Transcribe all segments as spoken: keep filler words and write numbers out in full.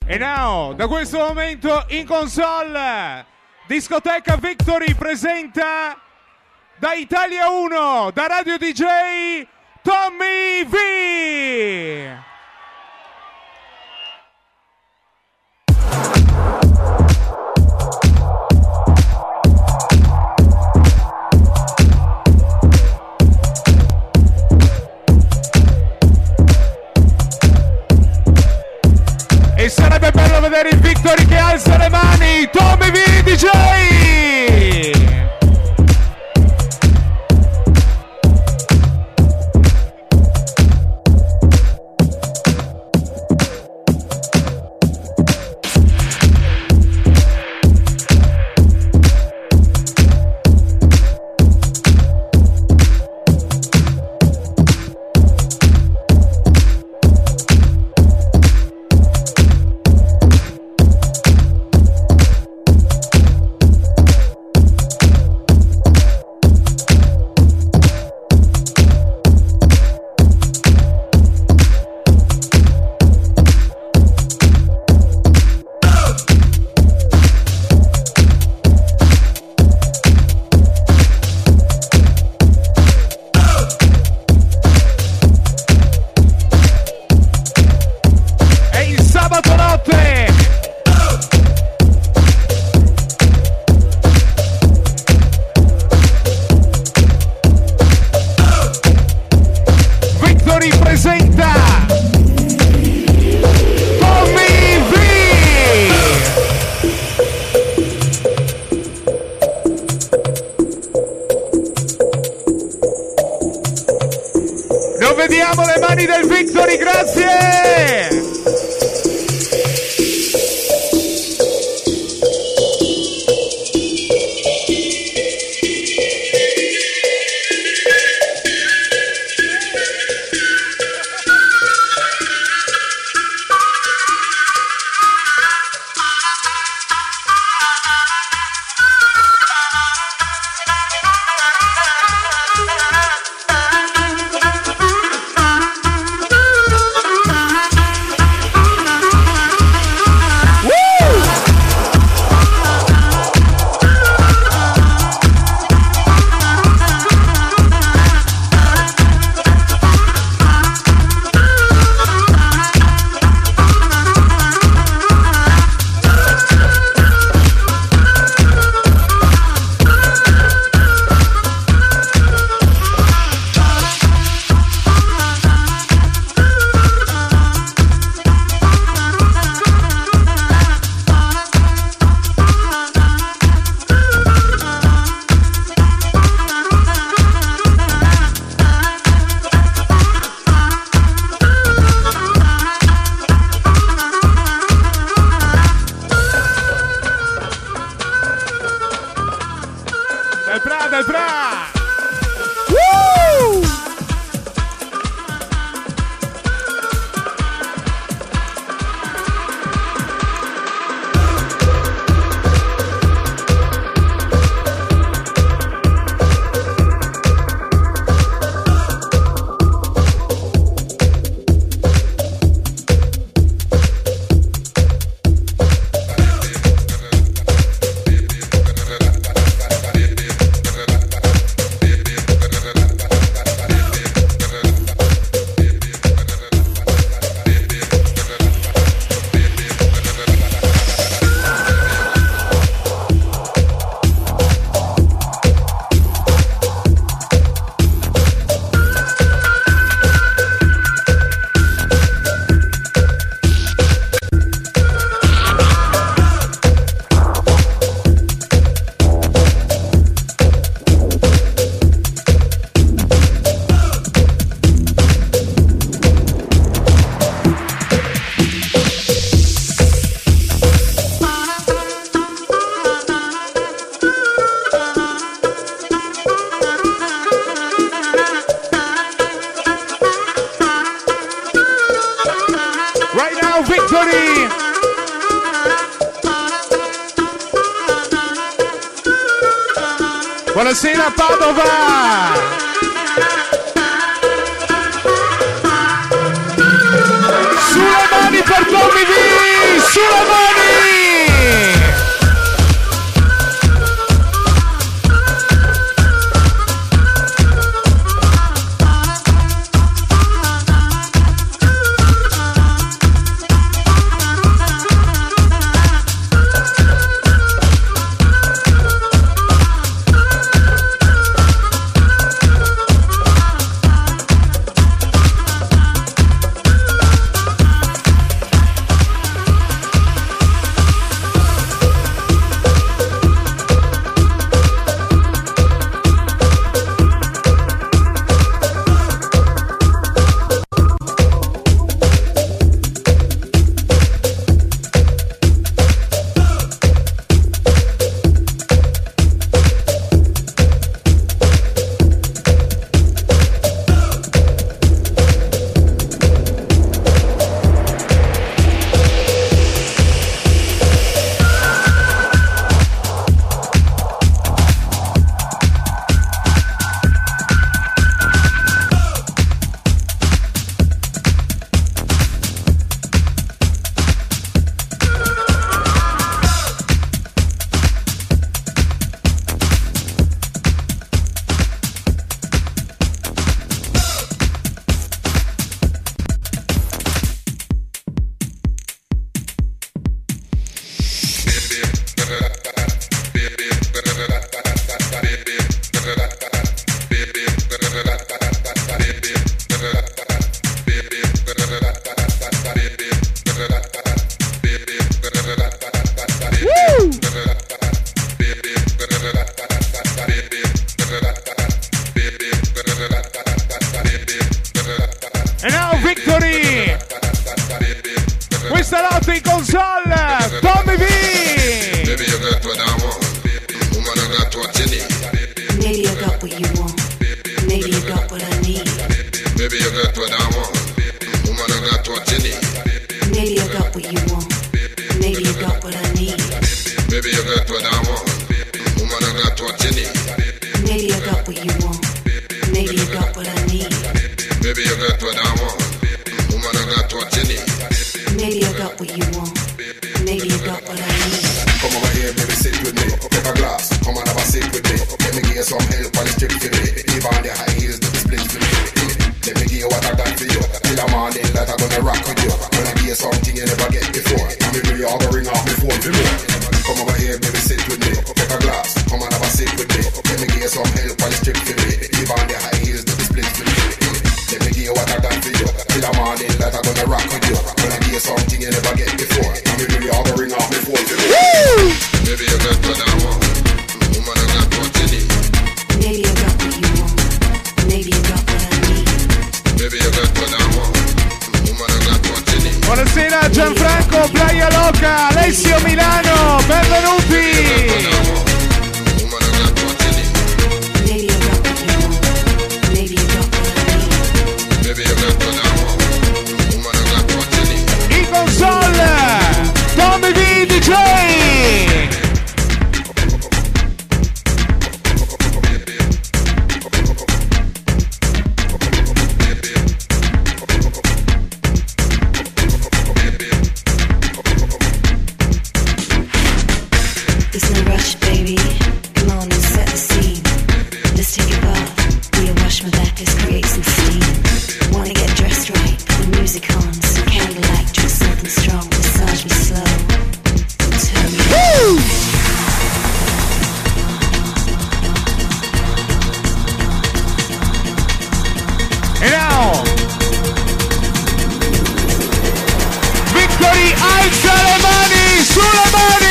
E now, da questo momento in console, Discoteca Victory presenta da Italia uno, da Radio D J, Tommy V. E sarebbe bello vedere il Victory che alza le mani. Tommy V D J. Vediamo le mani del Victory, grazie! Buonasera Padova! Sulle mani per Tommy V! Su! some help on the strip for me. Even the high heels do the split for me. Let me give you what I got for you. Till the morning that I'm gonna rock with you. Gonna give you something you never get before. And me really all gonna ring off my phone for me. Come over here, baby, sit with me. Take a glass, come and have a sip with me. Let me give you some help on the strip for me. Even the high heels do the split for me. Let me give you what I got for you. Till the morning that I'm gonna rock with you. Gonna give you something you never get before. And me really all gonna ring off my phone for me. Baby, you got what I want. Woman, I got what you need. Maybe you got what you want. Maybe you got what I need. Baby, you got what I want. Woman, I got what you need. Buonasera Gianfranco, Playa Loca, Alessio Milano, benvenuti. Woman, I got what you need. Maybe you got what you want. Maybe you got what I need. Baby, you got what I want. Woman, I got what you need. In console, Tommy V D J. There's no rush, baby. Come on and set the scene. Let's take a bath. Will you wash my back? Let's create some steam. Wanna get dressed right? Put the music on. Some candlelight. Drink something strong. Massage me slow. And turn me on. E now Victory, alza le mani, sulle mani.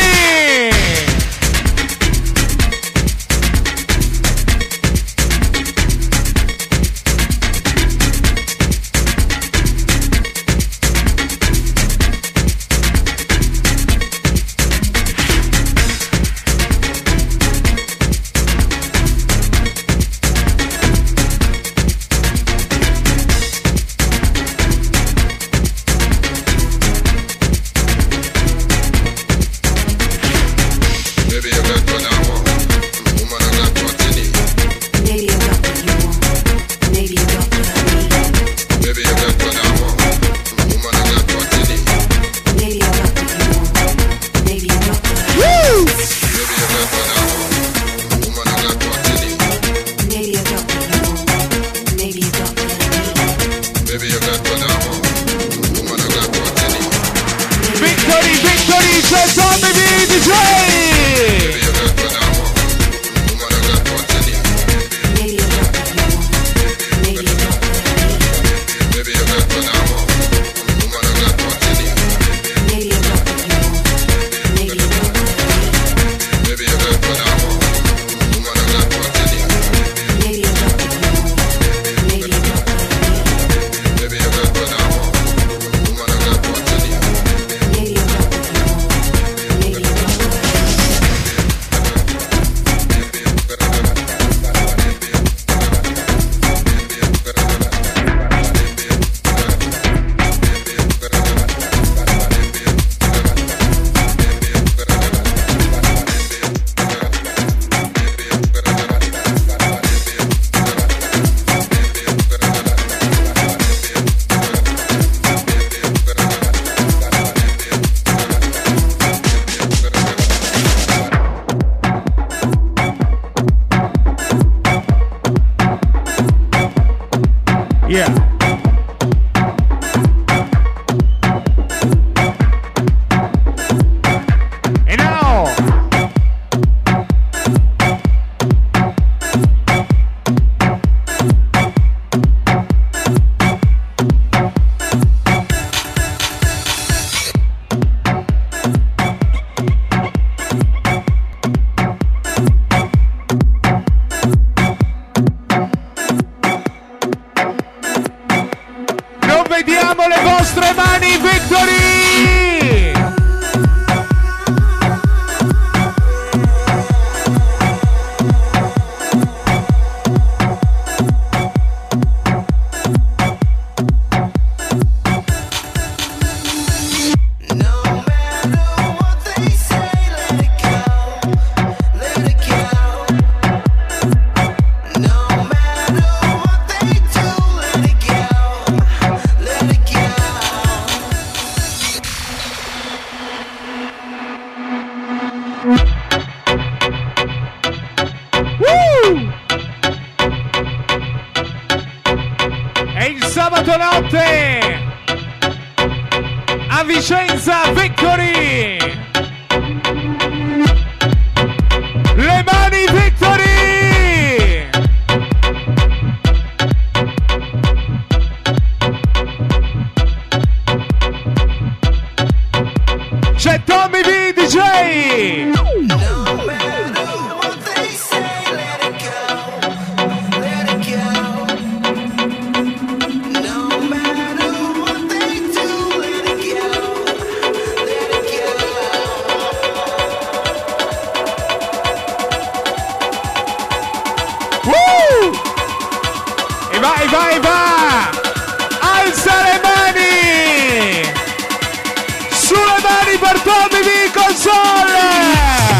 notte a Vicenza, Victory! Le mani, Victory! C'è Tommy V D J! Vai, vai, va! Alza le mani! Sulle mani per Tommy V Console!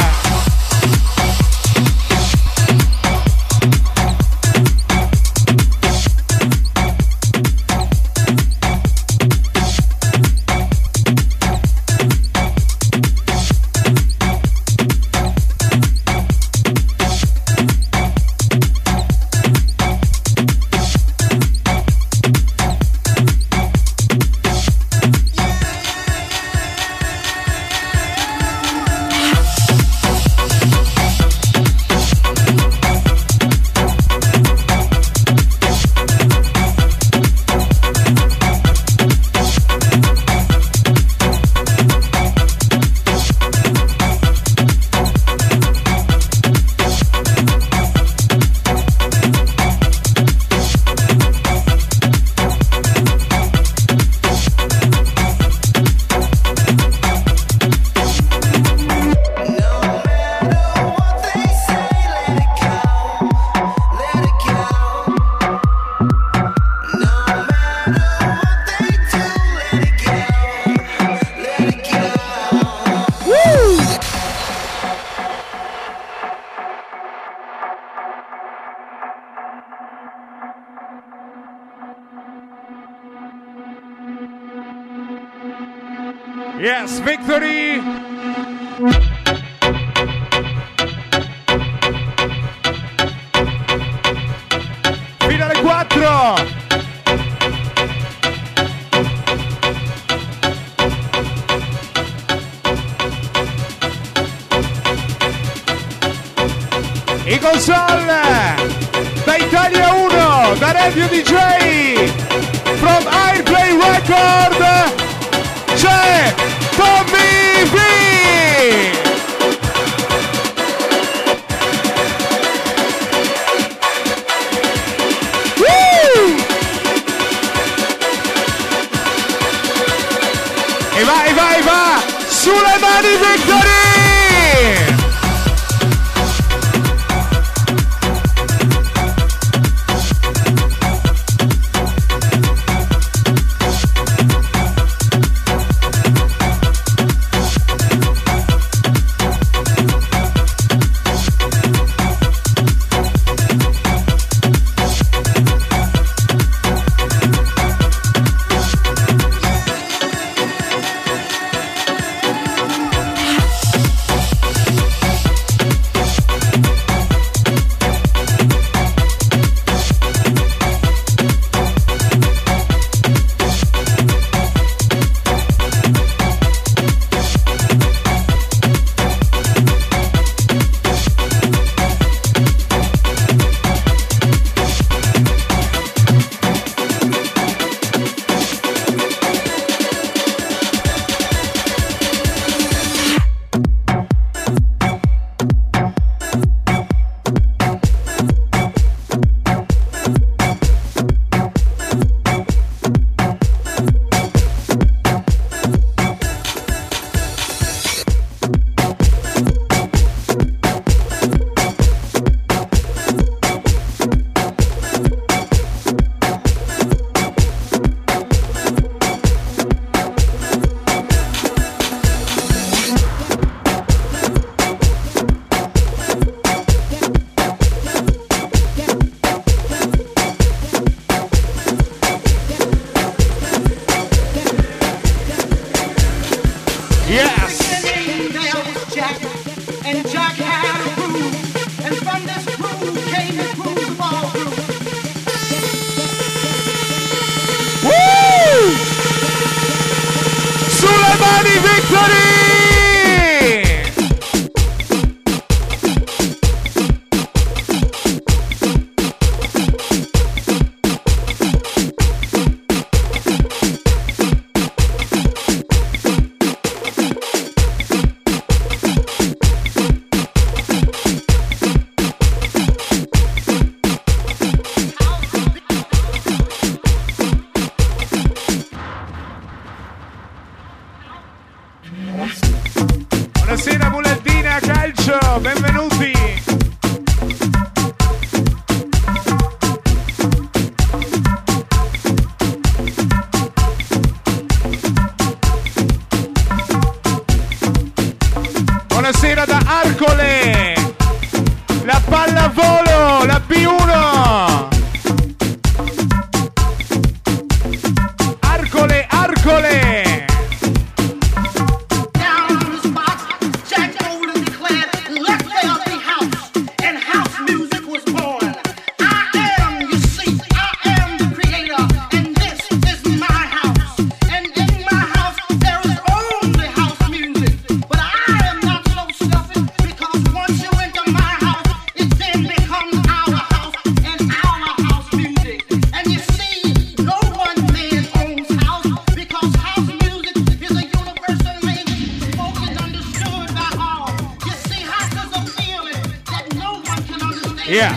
Yes, Victory! Finale quattro! In console da Italia uno, da Radio D J, from Airplay Record, c'è Tommy V! Woo! E vai, vai, va! Sulle mani, Victory! Woo! mani, Victory! Buonasera Muleddina Calcio, benvenuti. Buonasera da Arcole, la pallavolo, la B uno. Arcole, Arcole. Yeah.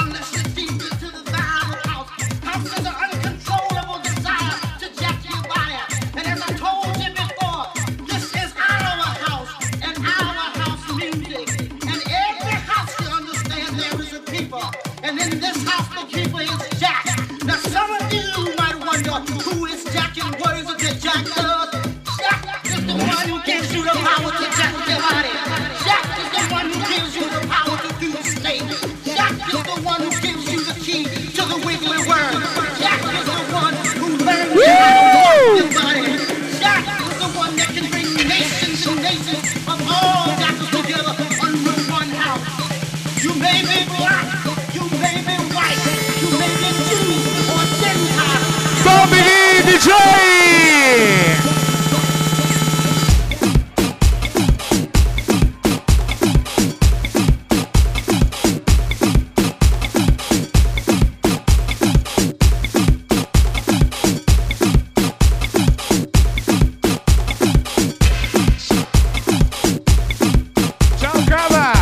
D J! Ciao Cava!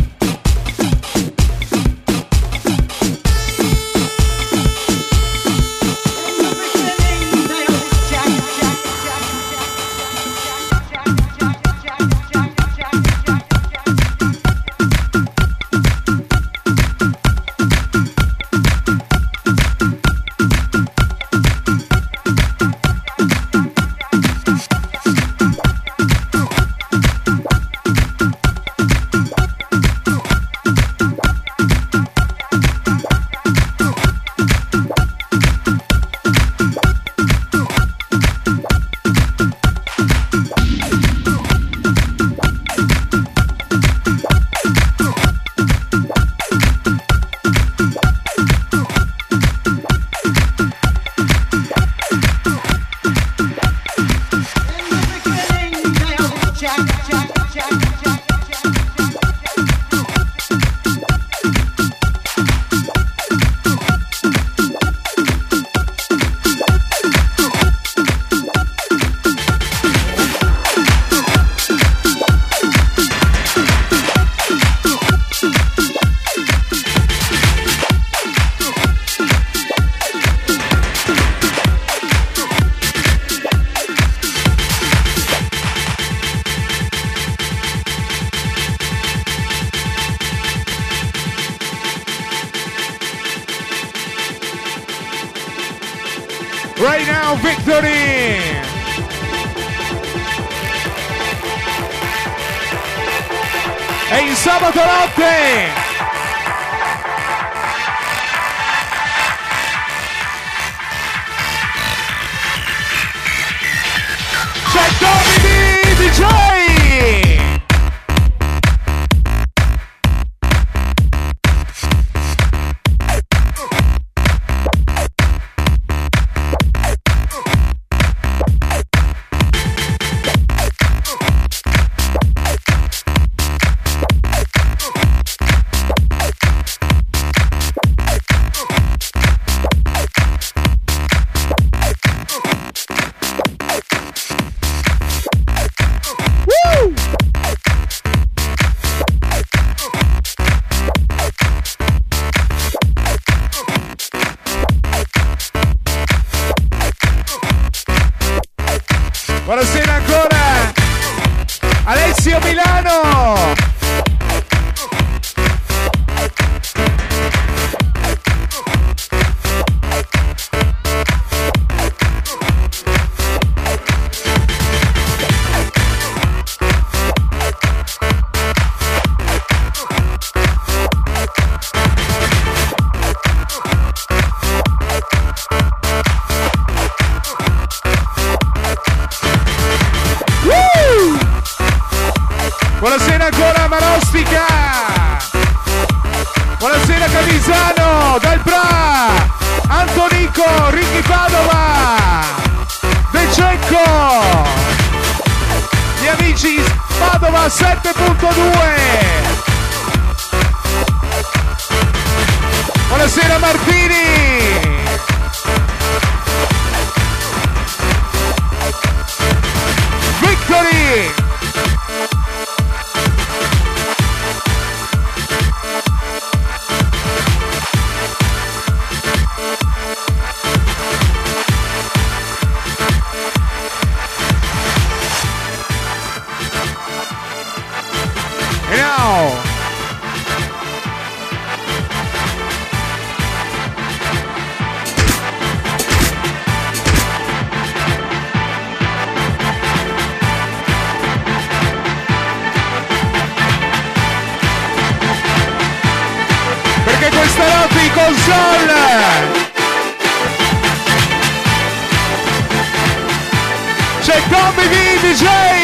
Right now, Victory! E il sabato notte! C'è Domini D J! Lazio Milano. Buonasera ancora Marostica. Buonasera Camisano, Dal Bra, Antonico, Ricky Padova, De Cecco, gli amici Padova sette punto due. Buonasera Martini. Victory. Console c'è Tommy V D J.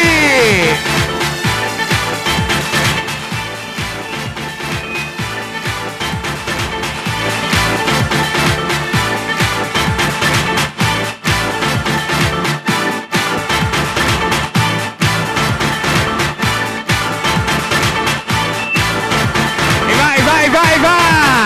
E vai vai vai vai.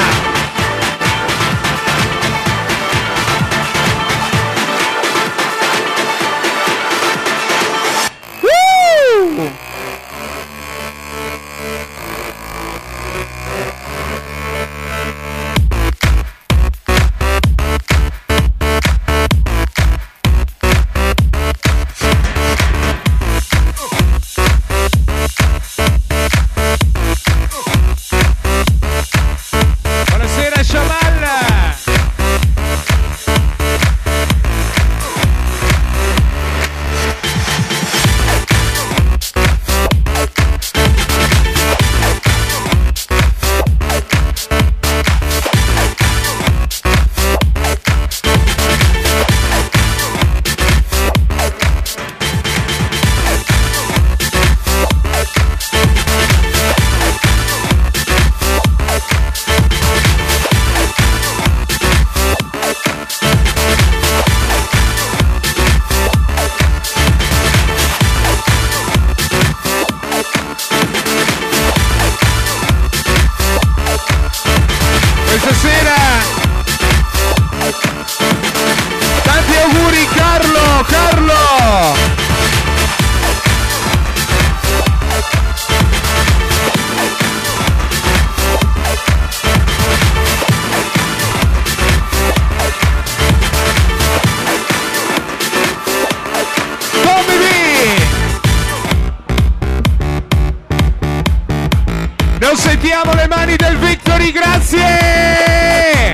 Non sentiamo le mani del Victory, grazie!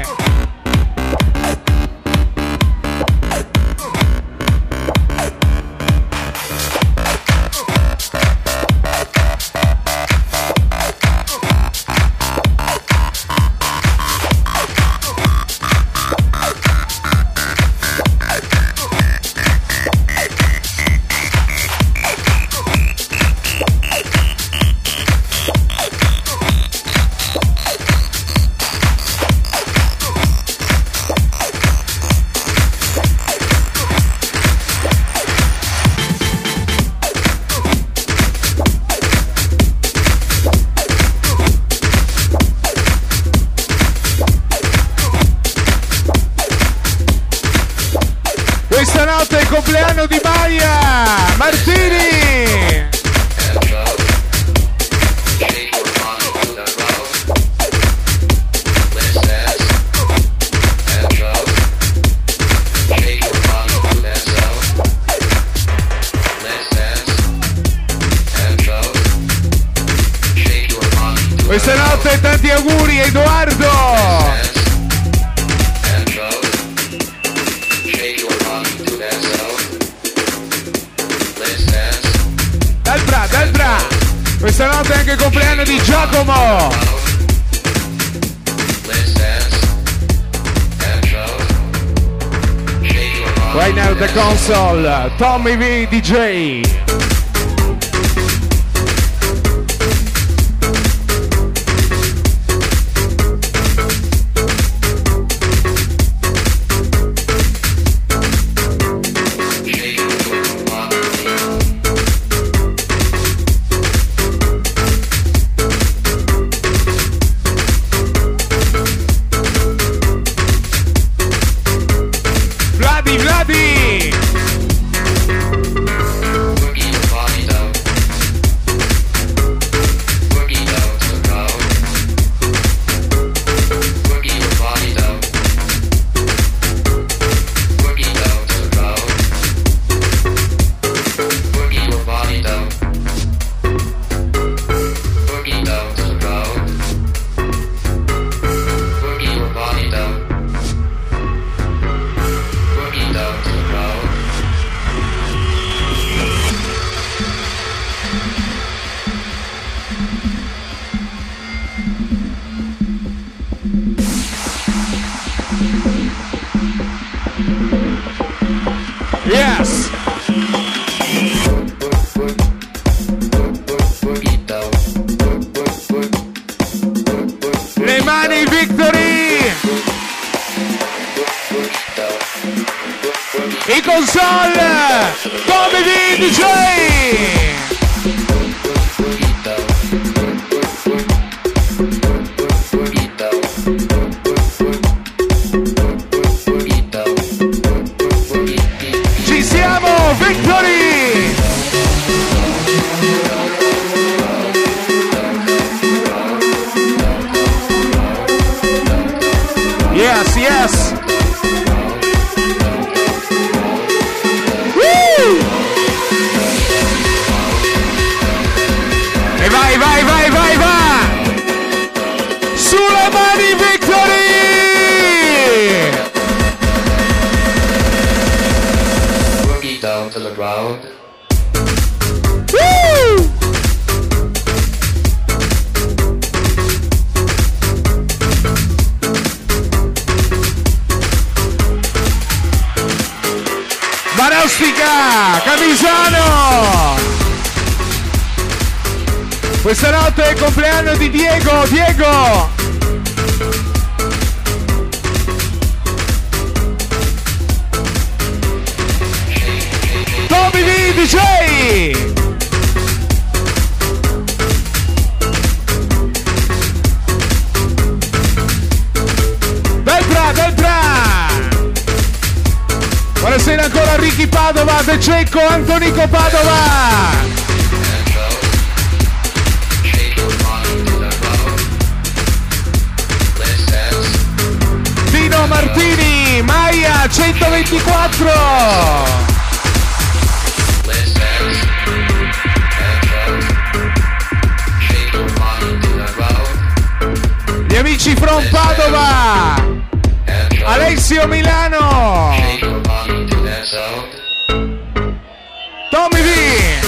Questa notte è il compleanno di Maya Martini. Let's dance and vote. Questa notte tanti auguri Edoardo. Dal bra, dal bra. Questa notte è anche il compleanno di Giacomo. Right now the console, Tommy V D J. Yes! Le mani Victory! I console! Tommy V D J! Yes, yes. Woo! E vai, vai, vai, vai, vai. Sulle mani Victory! Boogie down to the ground. Woo! Marostica, Camisano. Questa notte è il compleanno di Diego, Diego. Tommy V D J. Beltra, Beltra. Buonasera ancora a Ricky Padova, De Cecco, Antonico Padova. Dino Martini, Maia centoventiquattro. Gli amici from Padova. Alessio Milano. Tommy V.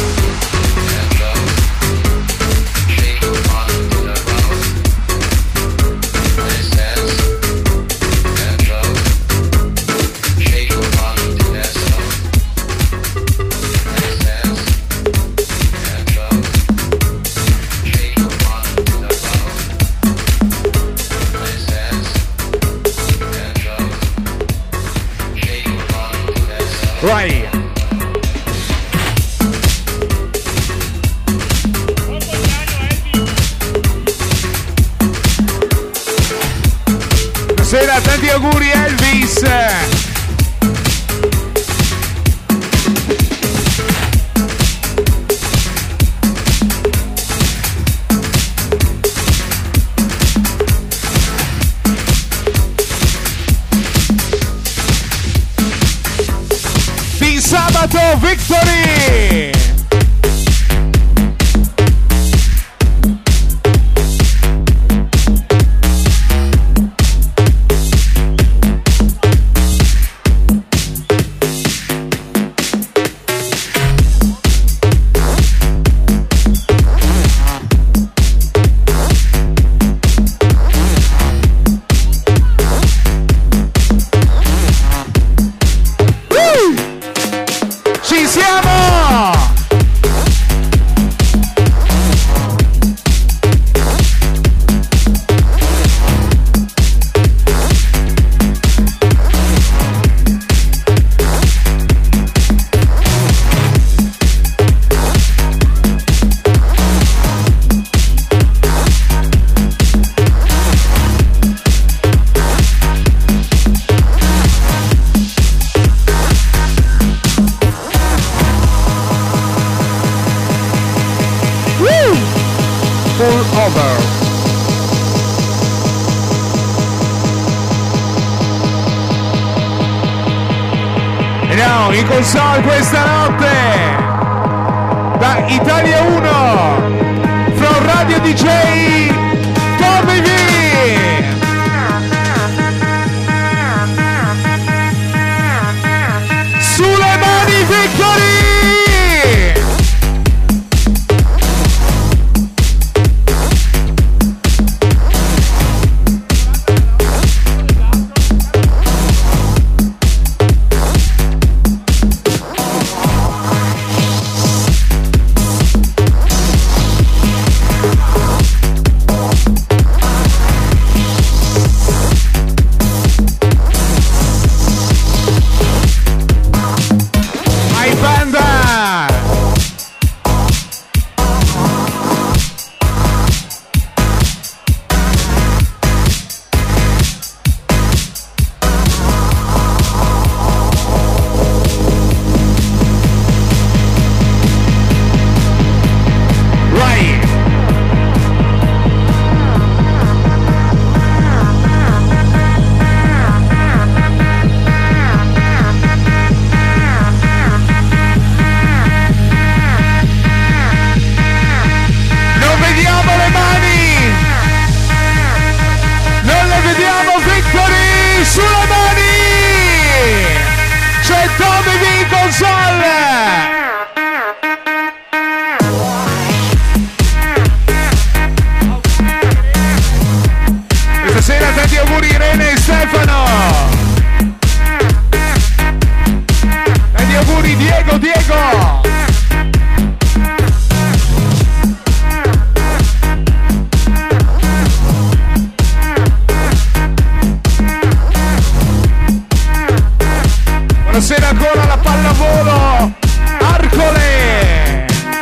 Right. Buonasera, tanti auguri Elvis. Di sabato Victory. over. E now in console questa notte da Italia uno from Radio D J Tommy V. Sulle mani Victory! Buonasera ancora la pallavolo Arcole.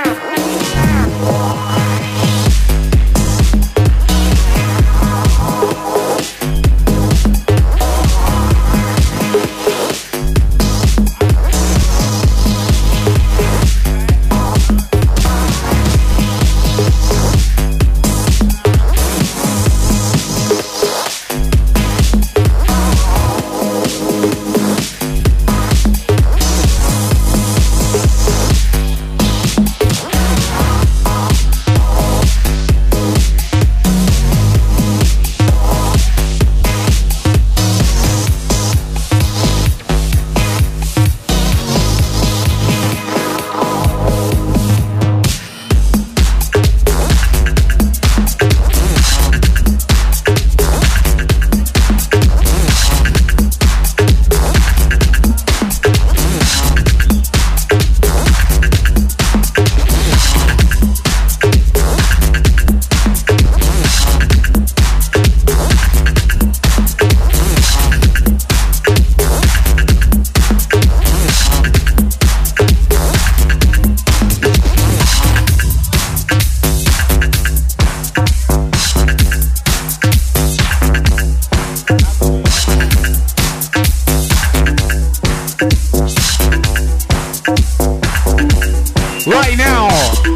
Right now.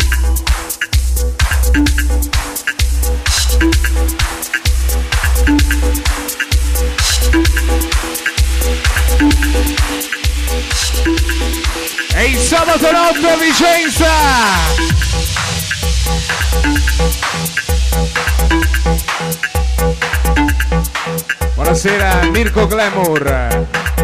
E il sabato notte a Vicenza. Buonasera Mirko Glamour.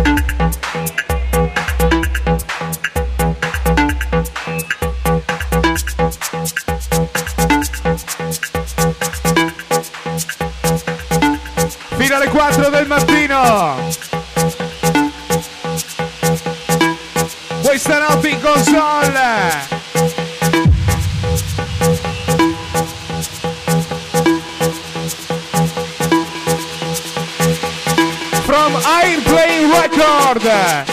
Fino alle quattro del mattino. Questa notte in console. From Airplane Record.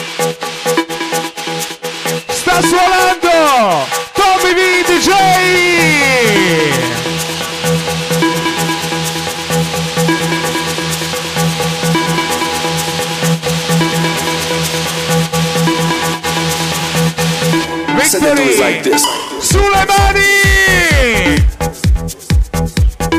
Sta suonando Tommy V D J. Victory! Like this. Sulle mani!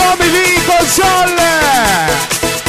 Tommy V console.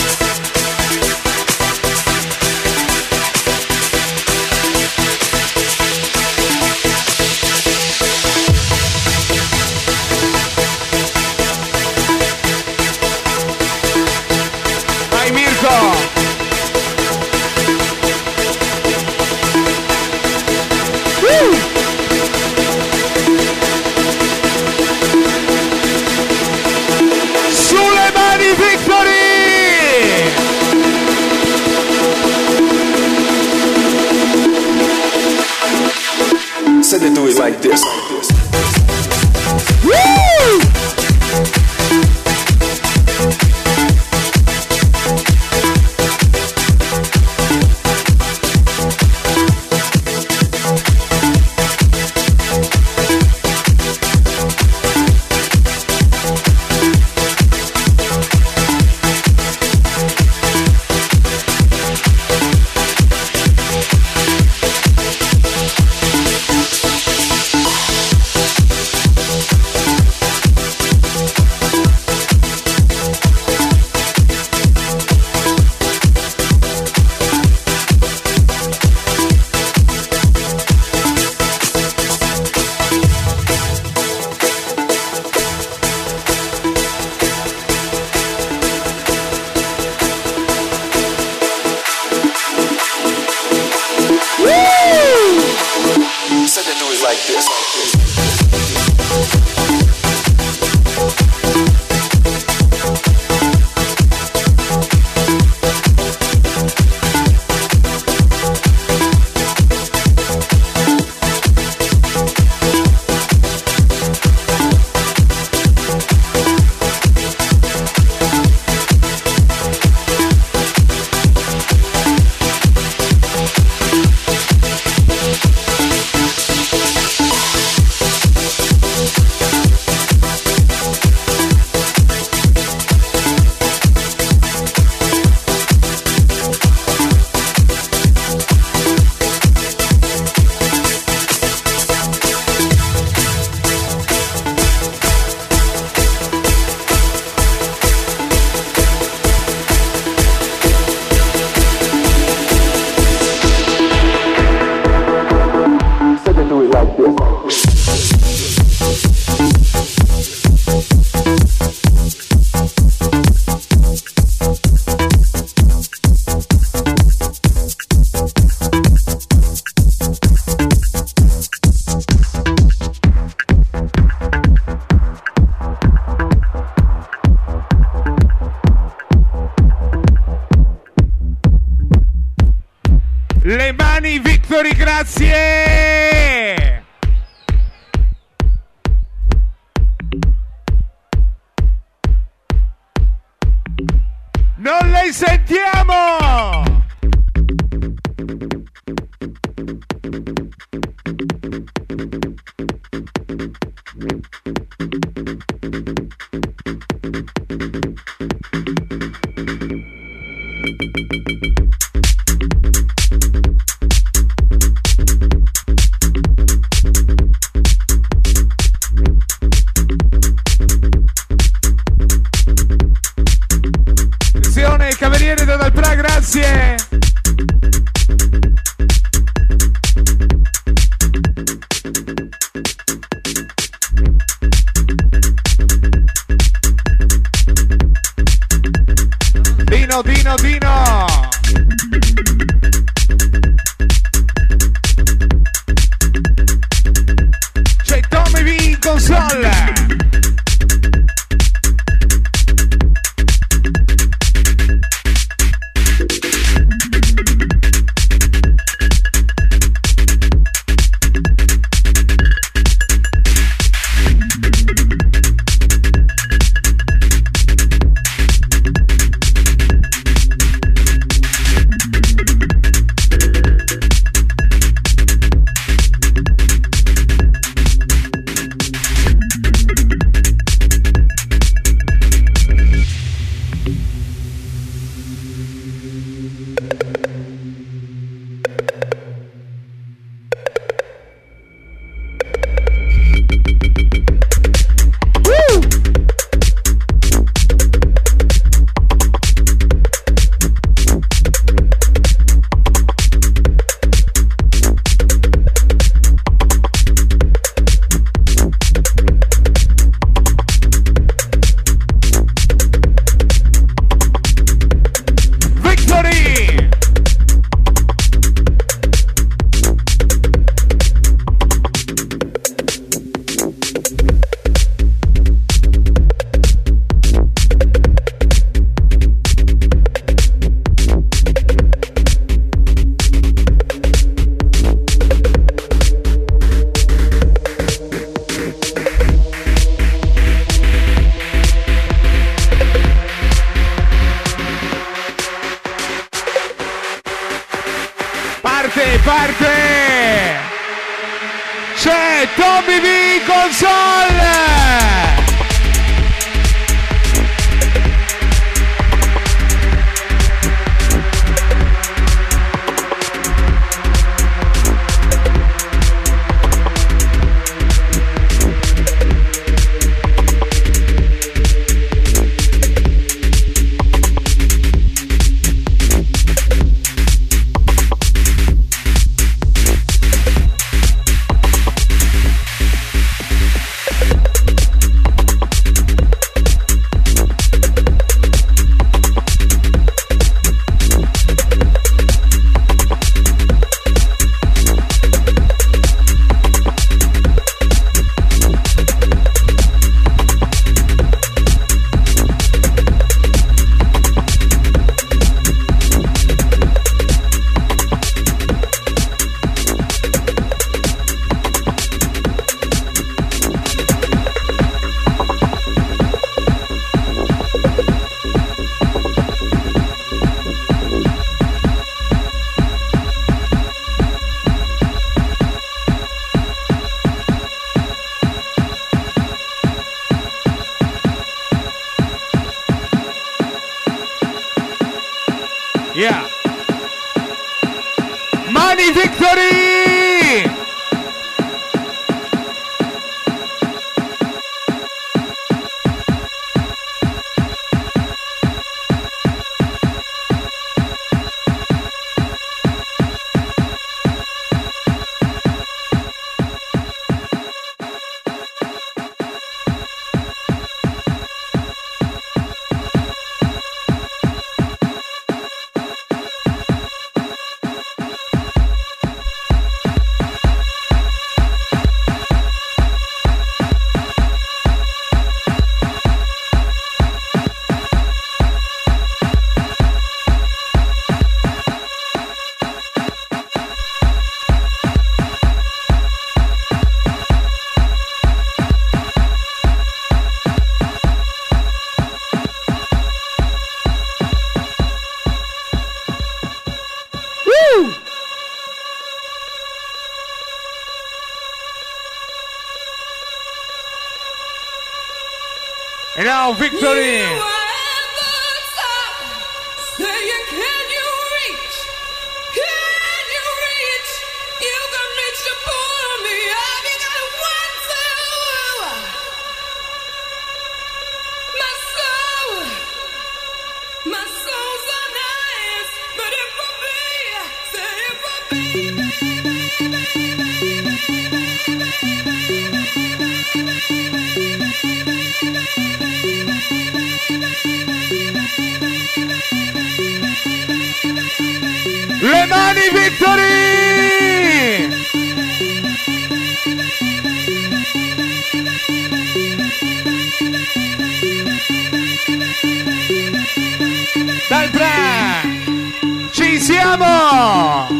Said they do it like this. Woo! Le mani Victory, grazie! Non le sentiamo! Cavaliere da Dalpra, grazie. Dino, Dino, Dino. C'è Tommy V in console. console. Yeah. Money Victory! And now Victory! Le mani Victory! Dal tre! Ci siamo!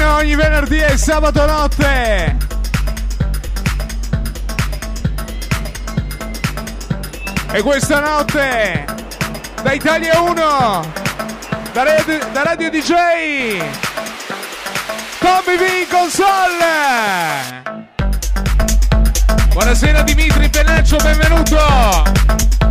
ogni venerdì e sabato notte. E questa notte da Italia uno, da Radio, da Radio D J, Tommy V in console. Buonasera Dimitri Pennaccio, benvenuto.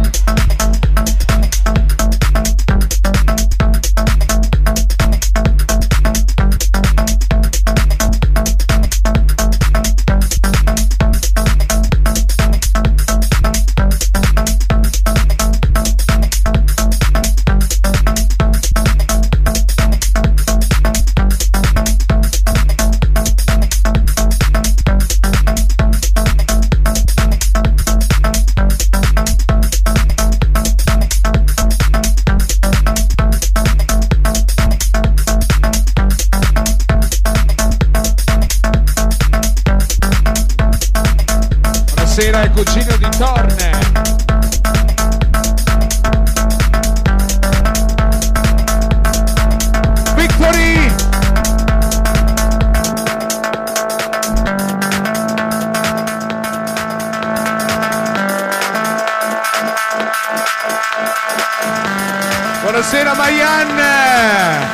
Buonasera il cugino di Torne. Victory! Buonasera Mayan!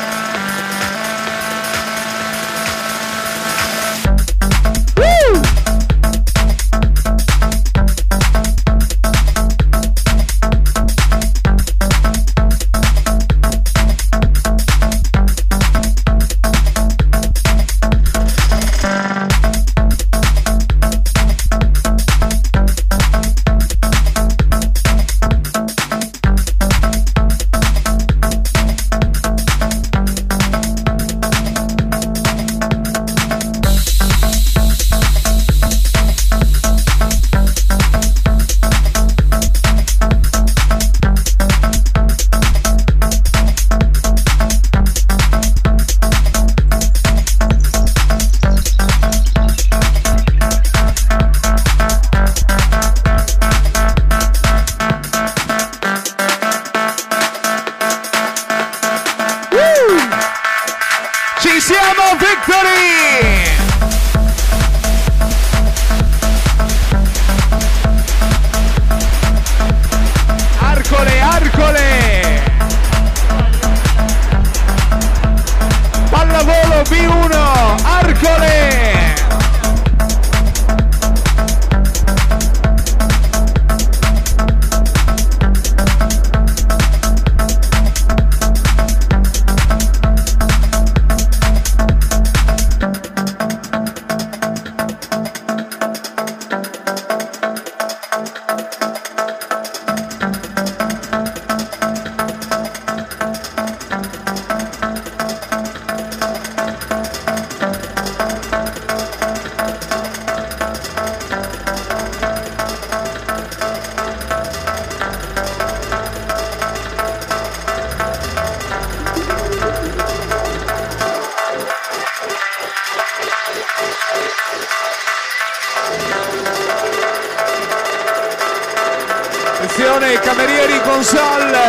Attenzione, camerieri in console.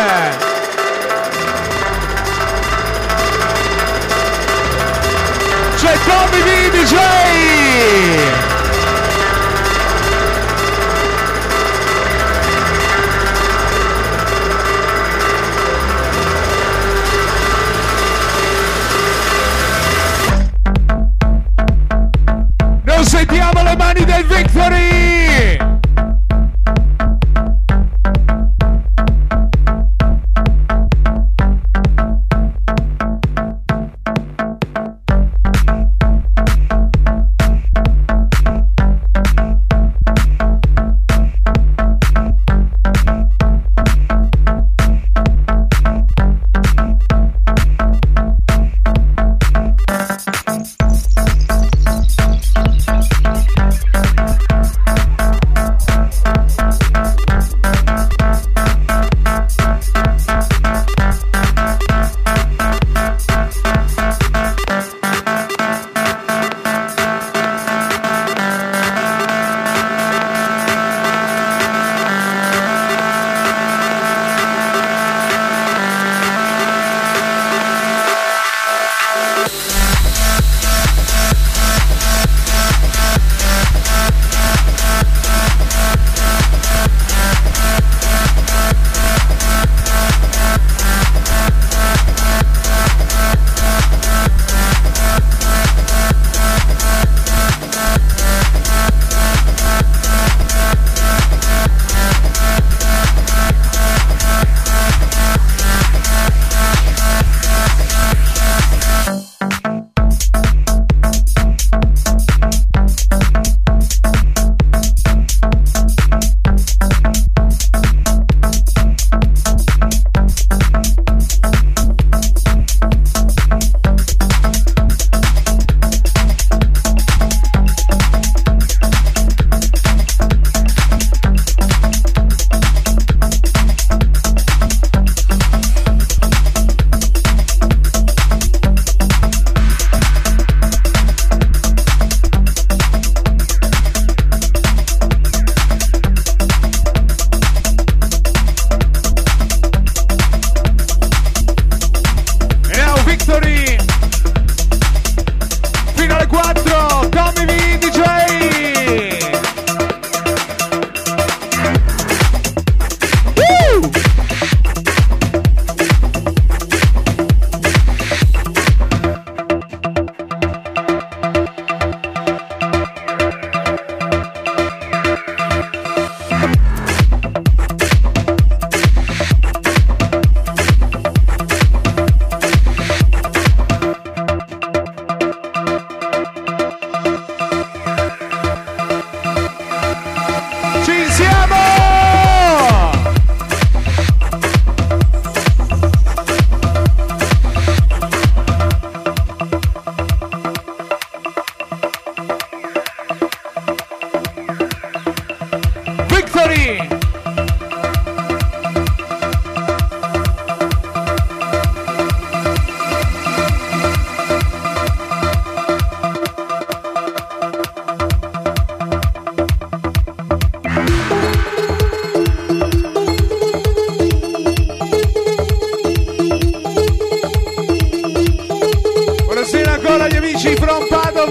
C'è Tommy V D J. Non sentiamo le mani del Victory!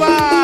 Cava!